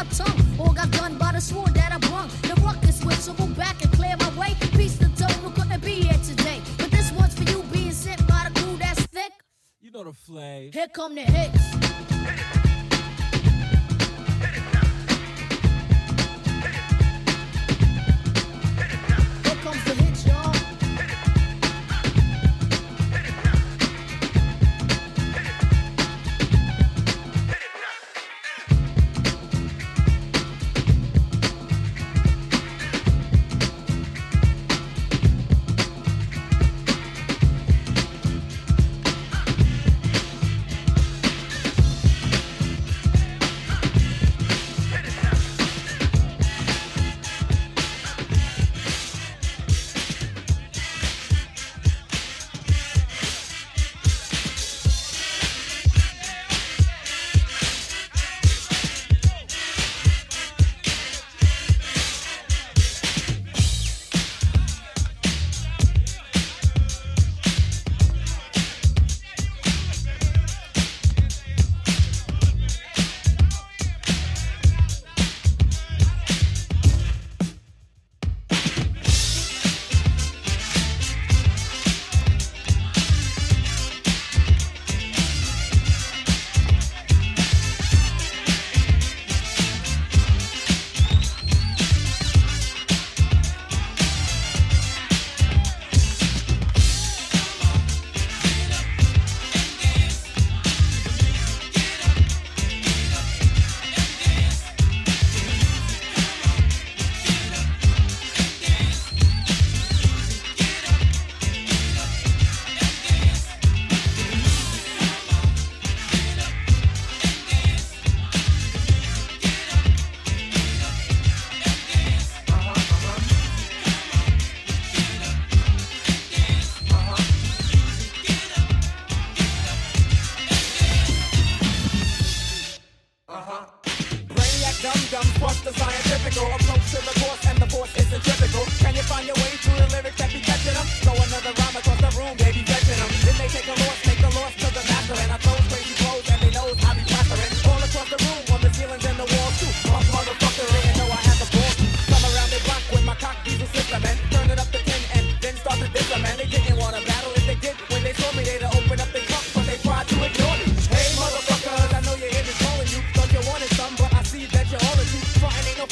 my tongue. All got done by the sword that I brung. The ruckus switch, so go back and clear my way. Peace to those who couldn't be here today. But this one's for you being sent by the crew that's thick. You know the flay. Here come the hits. Here comes the hits, y'all. Hey motherfuckers, I know your head is calling you. Thought you wanted some, but I see that you're all in you. Frontin' ain't no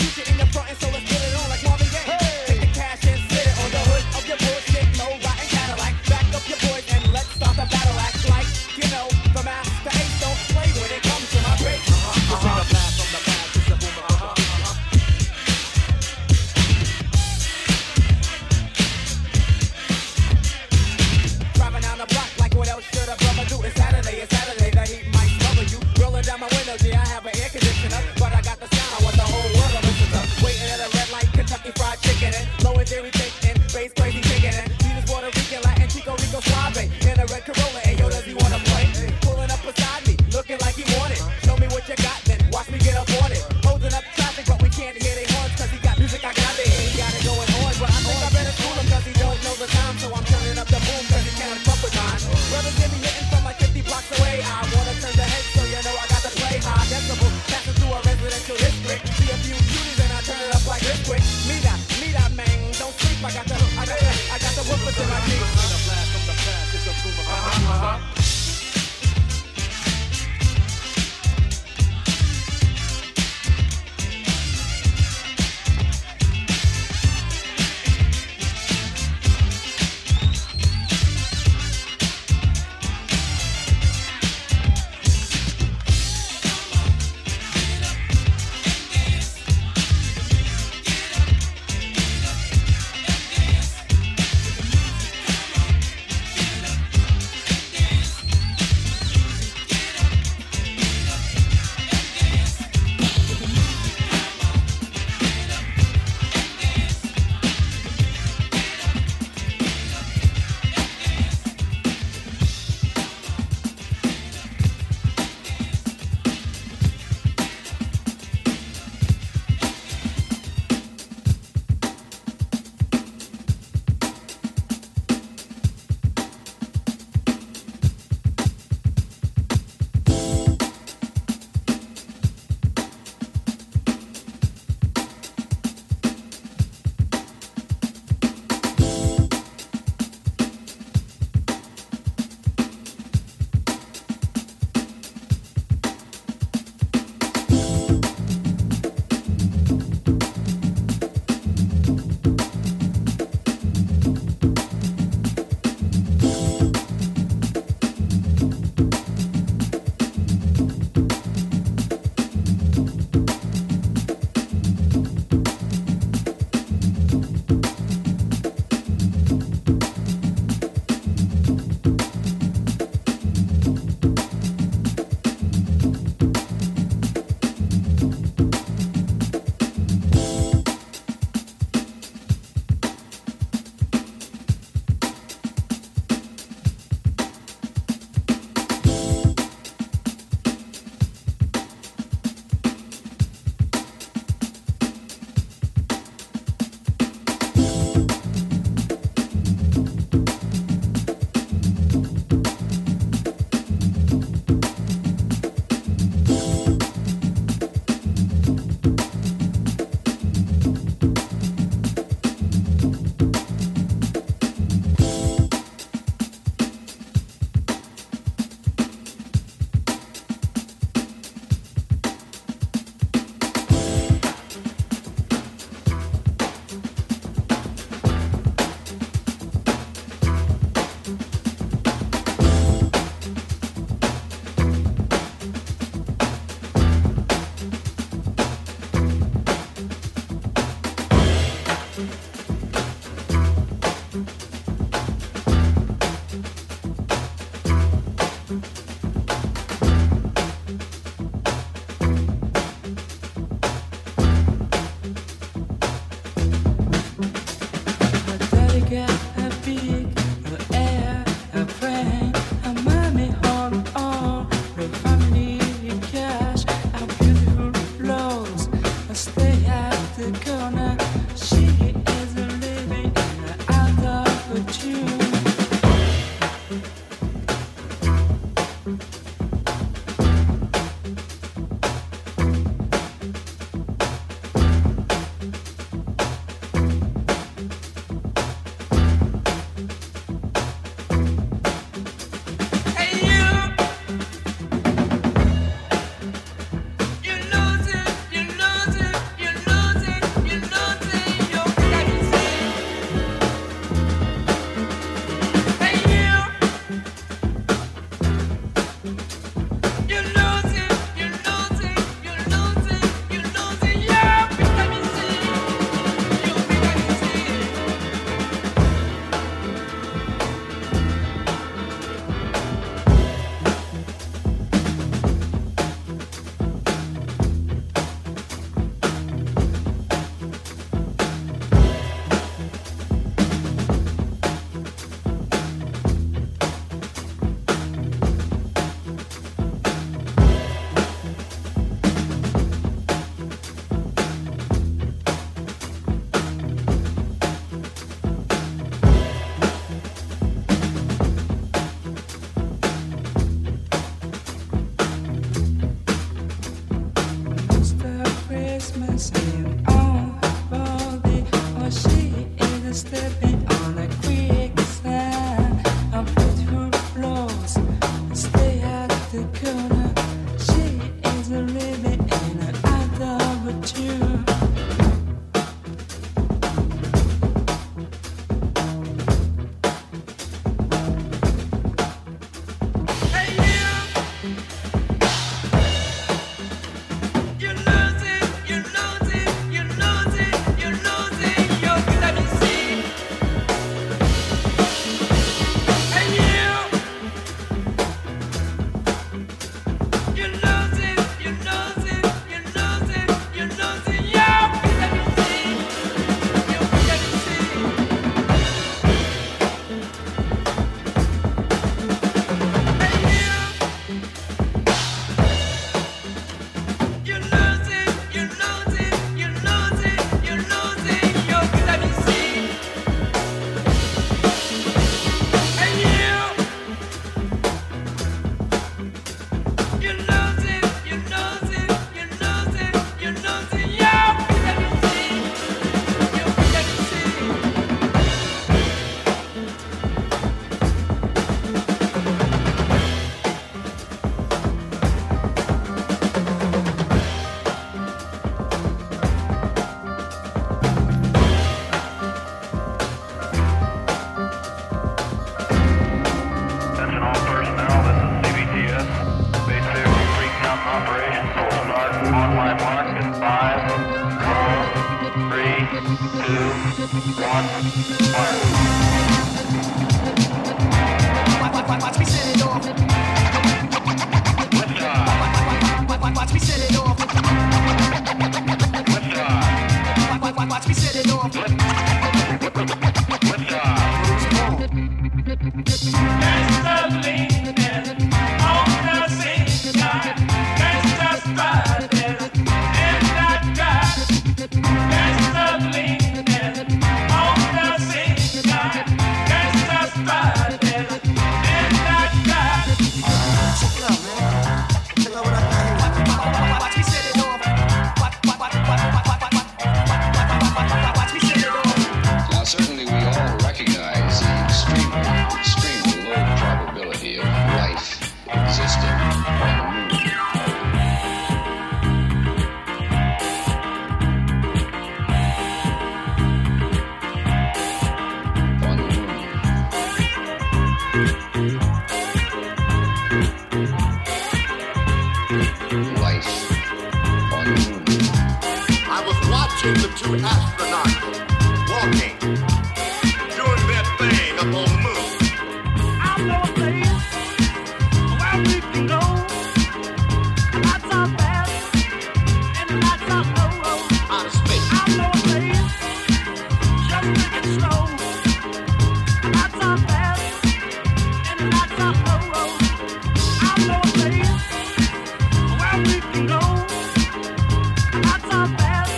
Where we can go, not so fast.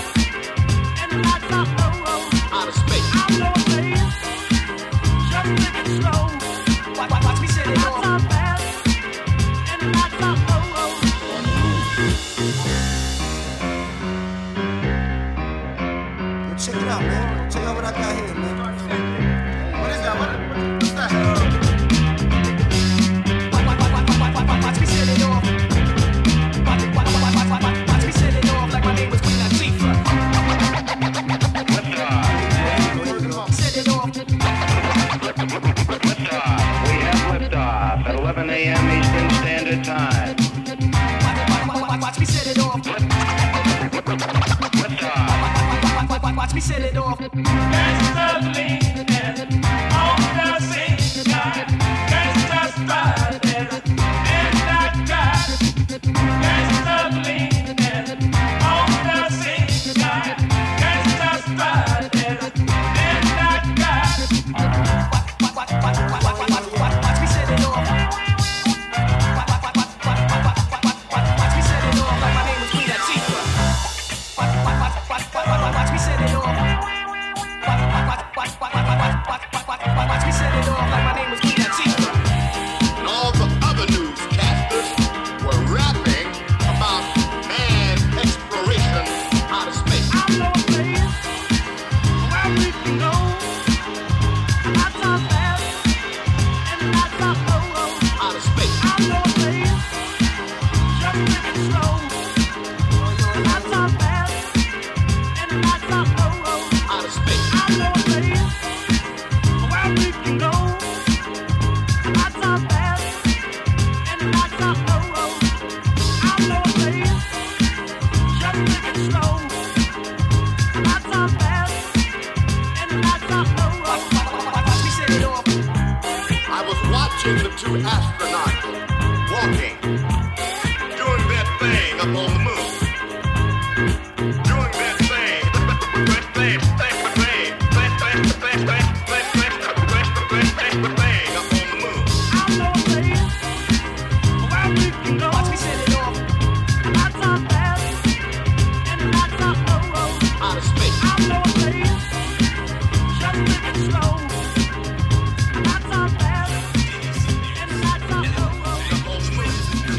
Check it out, man. Check out what I got here, man. What is that? What's that? Watch me set it off. Watch me set it off like my name was Queen Latifah. Set it off. We have liftoff at 11 a.m. Eastern Standard Time. Watch me set it off. Watch me set it off. Gangsta leaning on the same side. Gangsta striding in that drive. Gangsta leaning on the same side. Gangsta striding in that drive. Watch me set it off. Watch me set it off like my name was Queen Latifah. Watch me set it off. Watch me set it off like my name was Queen Latifah. And all the other newscasters were rapping about man exploration out of space. I know a place where we can go. Lots of fast and lots of low. Out of space. I know a place just living slow. Lots of fast and lots of low. Out of space. I know a place where we can go. Lots of fast and lots of low. I know a place just living slow. Lots of fast and lots of low. Watch me set it off. I was watching the two astronauts walking, doing their thing up on the moon. Doing their thing. Up on the moon. I know a place where we can go. Watch me set it off. Lots of fast and lots of low. Out of space. I know a place just living slow. Lots of fast and lots of low. Up on the moon.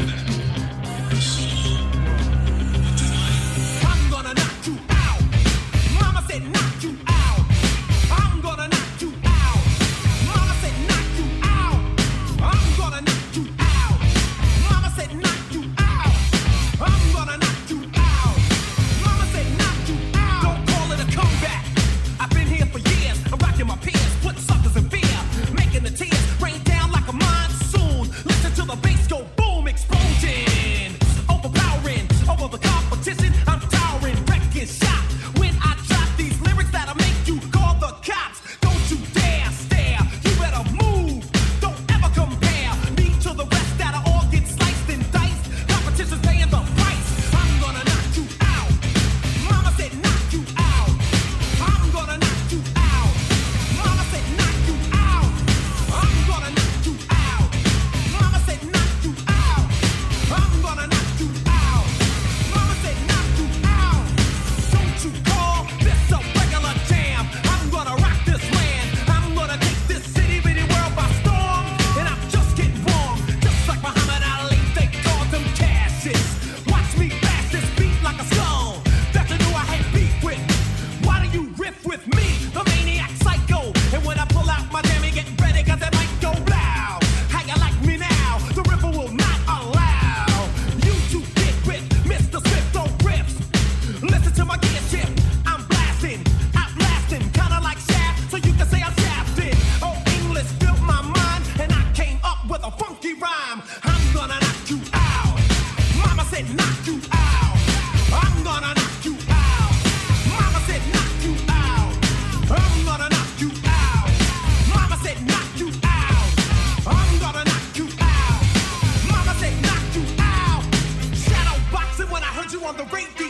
I'm gonna knock you out. Mama said knock you out. I'm gonna knock you out. Mama said knock you out. I'm gonna knock you out. Mama said knock you out. I'm gonna knock you out. Mama said knock you out. Don't call it a comeback. I've been here for years. I'm rocking my peers, putting suckers in fear, making the tears rain down like a monsoon. Listen to the bass go boom, explosion, overpowering over the competition. I'm towering, wrecking shop. When I drop these lyrics that'll make you call the cops. Don't you dare stare. You better move. Don't ever compare me to the rest that'll all get sliced and diced. Competition's paying the price. I'm gonna knock you out. Mama said knock you out. I'm gonna knock you out. Mama said knock you out. I'm gonna knock you out. Mama said knock you out. I'm gonna knock you out. Mama said knock you out. Don't you call this a regular jam. I'm gonna rock this land. I'm gonna take this city bitty world by storm. And I'm just getting warm. Just like Muhammad Ali, they called them Cassius. Watch me blast this beat like a skull. That you knew I had beef with. Why do you riff with me, the maniac psycho? And when I pull out my jammy, get ready, cause it might go loud. How you like me now? The river will not allow you to get with Mr. Swift on riffs. Listen to my gear shift. I'm blasting, outlasting, kinda like Shaft, so you can say I'm shafted. Oh, English filled my mind, and I came up with a funky rhyme. I'm gonna knock you out. Mama said knock you out. I'm gonna knock you out. Mama said knock you out. I'm gonna knock you out. Mama said knock you out. I'm gonna knock you out. Mama said knock you out. Shadow boxing when I heard you on the radio.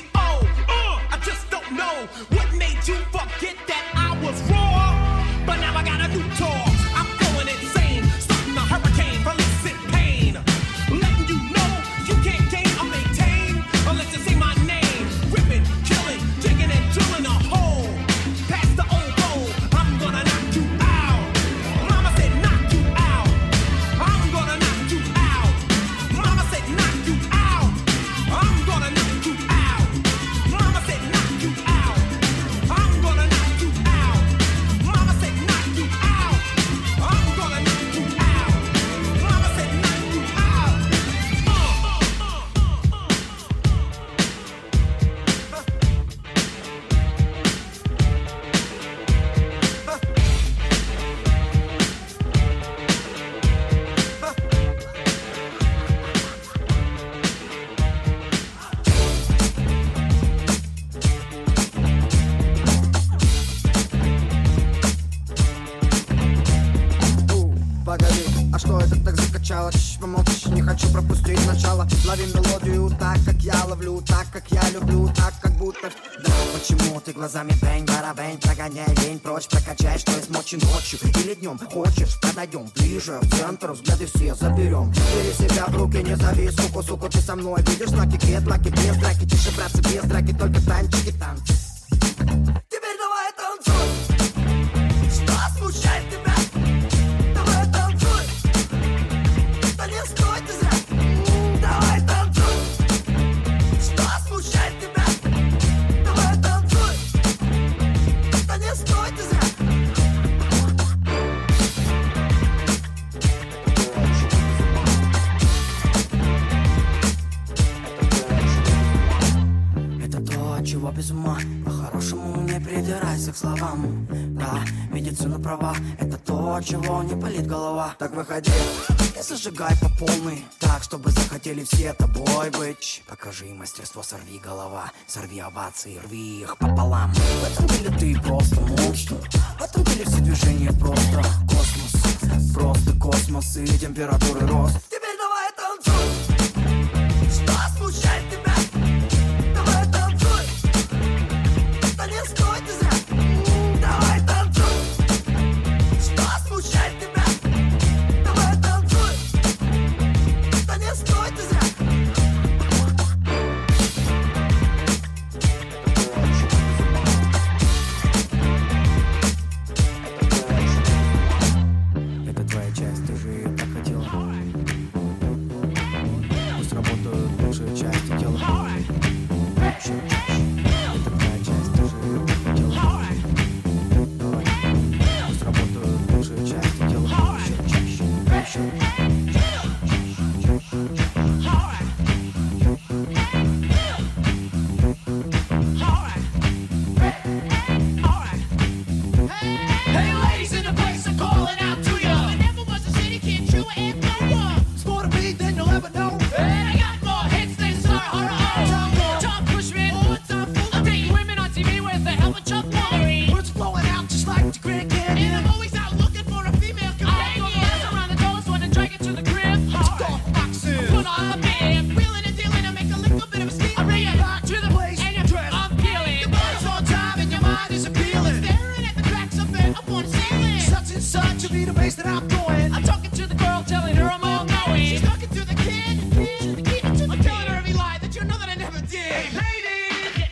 I just don't know what made you forget that I was raw. But now I got a new tour. I'm going insane, starting a hurricane, releasing pain, letting you know you can't gain or maintain unless you say my name. Ripping, killing, digging and drilling a hole past the old goal. I'm gonna knock you out. Mama said knock you out. I'm gonna knock you out. Mama said knock you out. I'm gonna knock you out. Mama said knock you out. начала. Помолчи, не хочу пропустить начало. Лови мелодию так, как я ловлю, так, как я люблю, так, как будто. Да, почему ты глазами бэнь-барабэнь? Прогоняй лень прочь, прокачай, что есть мочи ночью или днем. Хочешь, подойдем ближе, в центр, взгляды все заберем. Бери себя в руки, не зови, суку, ты со мной. Видишь знаки, клетки, без драки, тише, братцы, без драки, только танчики, танцы. Теперь давай танцуй. Что смущает тебя? Давай танцуй. Да не стой ты зря. Давай танцуй. Что смущает тебя? Давай танцуй. Да не стой ты зря. Это то, чего без ума. По-хорошему не придирайся к словам. Да, медицина права. Это то, чего не болит голова. Так выходи и зажигай по полной. Так, чтобы захотели все тобой быть. Покажи мастерство, сорви голова. Сорви овации, рви их пополам. В этом деле ты просто монстр. В этом деле все движения просто космос. Просто космос и температуры рост. Теперь давай танцуй. Что смущает тебя? Давай танцуй. Да не стой ты зря. Давай танцуй. Что смущает тебя? Давай танцуй. Да не стой ты зря. Это твоя часть, ты же ее так хотела. Пусть работают лучшие части тела. Это твоя часть, ты же ее так хотела. Давай. Пусть работают лучшие части тела. Еще чаще, еще. Hey, ladies in the place, I'm calling out to ya. There never was a city kid, true and no one. It's more to me than you'll ever know. And I got more hits than Star Horror. Tom Cushman, what's up, fool? I'm dating women on TV with the help of Chuck Woolery. Words flowing out just like the Grand Canyon. And I'm always out looking for a female companion. Around the doors, wanna drag it to the crib. Start boxes. Put on a bib. Wheeling and dealing to make a little bit of a steal. I bring it back to the place and your dress. I'm peeling. Your body's on time and your mind is appealing. Staring at the cracks of it up on the ceiling. Such and such will be the place that I'm going. I'm talking to the girl, telling her I'm all knowing. She's talking to the kid. I'm telling her every lie that you know that I never did. Hey, ladies!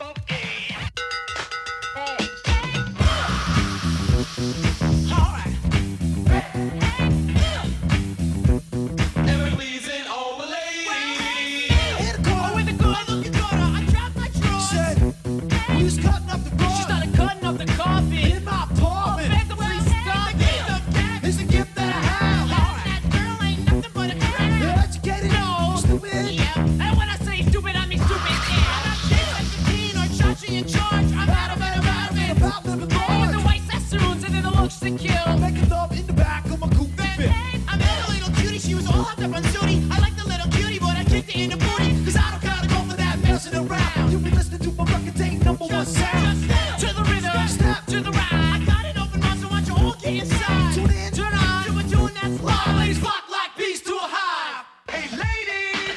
Everybody's in all the ladies. Oh, in the good-looking daughter, I dropped my drawers. Said, who's cutting up the rug? She started cutting up the carpet. In my apartment. Back the way stuck. It's a gift that I have. That girl ain't nothing but a crap. You're educated. No. Stupid. Yeah. And when I say stupid, I mean stupid. Yeah. I'm not Jay like the teen or Chachi in charge. I'm adamant about living large. With the white sassoons and then the looks to kill. Making love in the back of my coupe fit. I met a little cutie, she was all hopped up on Sooty. I like the little cutie, but I kicked it in the booty. Cause I don't gotta go for that messing around. You be listening to my record, ain't number one sound. To the rhythm, step to the right. I got an open mind, so why don't you all get inside? Tune in, turn on, do a tune that's live. Ladies flock like bees to a hive. Hey, ladies!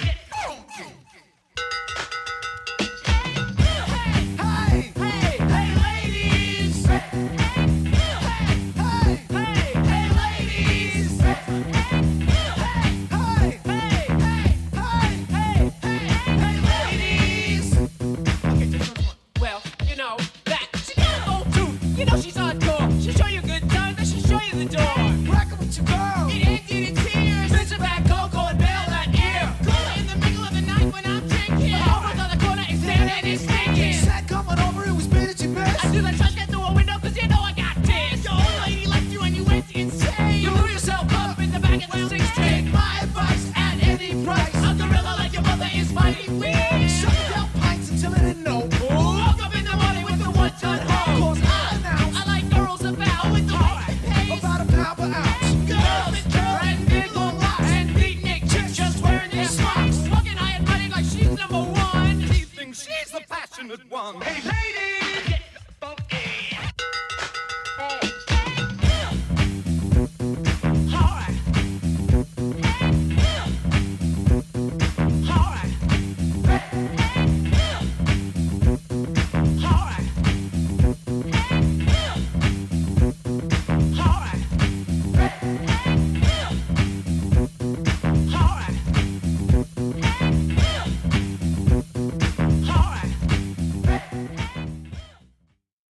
Hey, hey, hey, ladies! Hey, hey, hey, ladies! Hey, hey, hey, ladies! Well, you know that she gotta go too. You know she's hardcore. She'll show you a good time, then she'll show you the door. Rock it with your girl. It ended in tears. Bitch back, Coco and bail that ear. Cola in the middle of the night when I'm drinking. The homeless on the corner is staring and it's stinking. Said coming over, it was spinach and mess. I do the trash get through a window cause you know I got this. Your old lady left you and you went insane. You blew yourself up in the back of the 6 string. Take my advice at any price. A gorilla like your mother is fighting me. Shut down pints until it didn't know. Woke up in the morning with the 1-ton hose. Cause I like girls about with the white pay. About a pound per ounce. Girls and big long locks. And beatnik chicks just wearing their socks. Smoking high and running like she's number one. She thinks she's the passionate one. Hey ladies!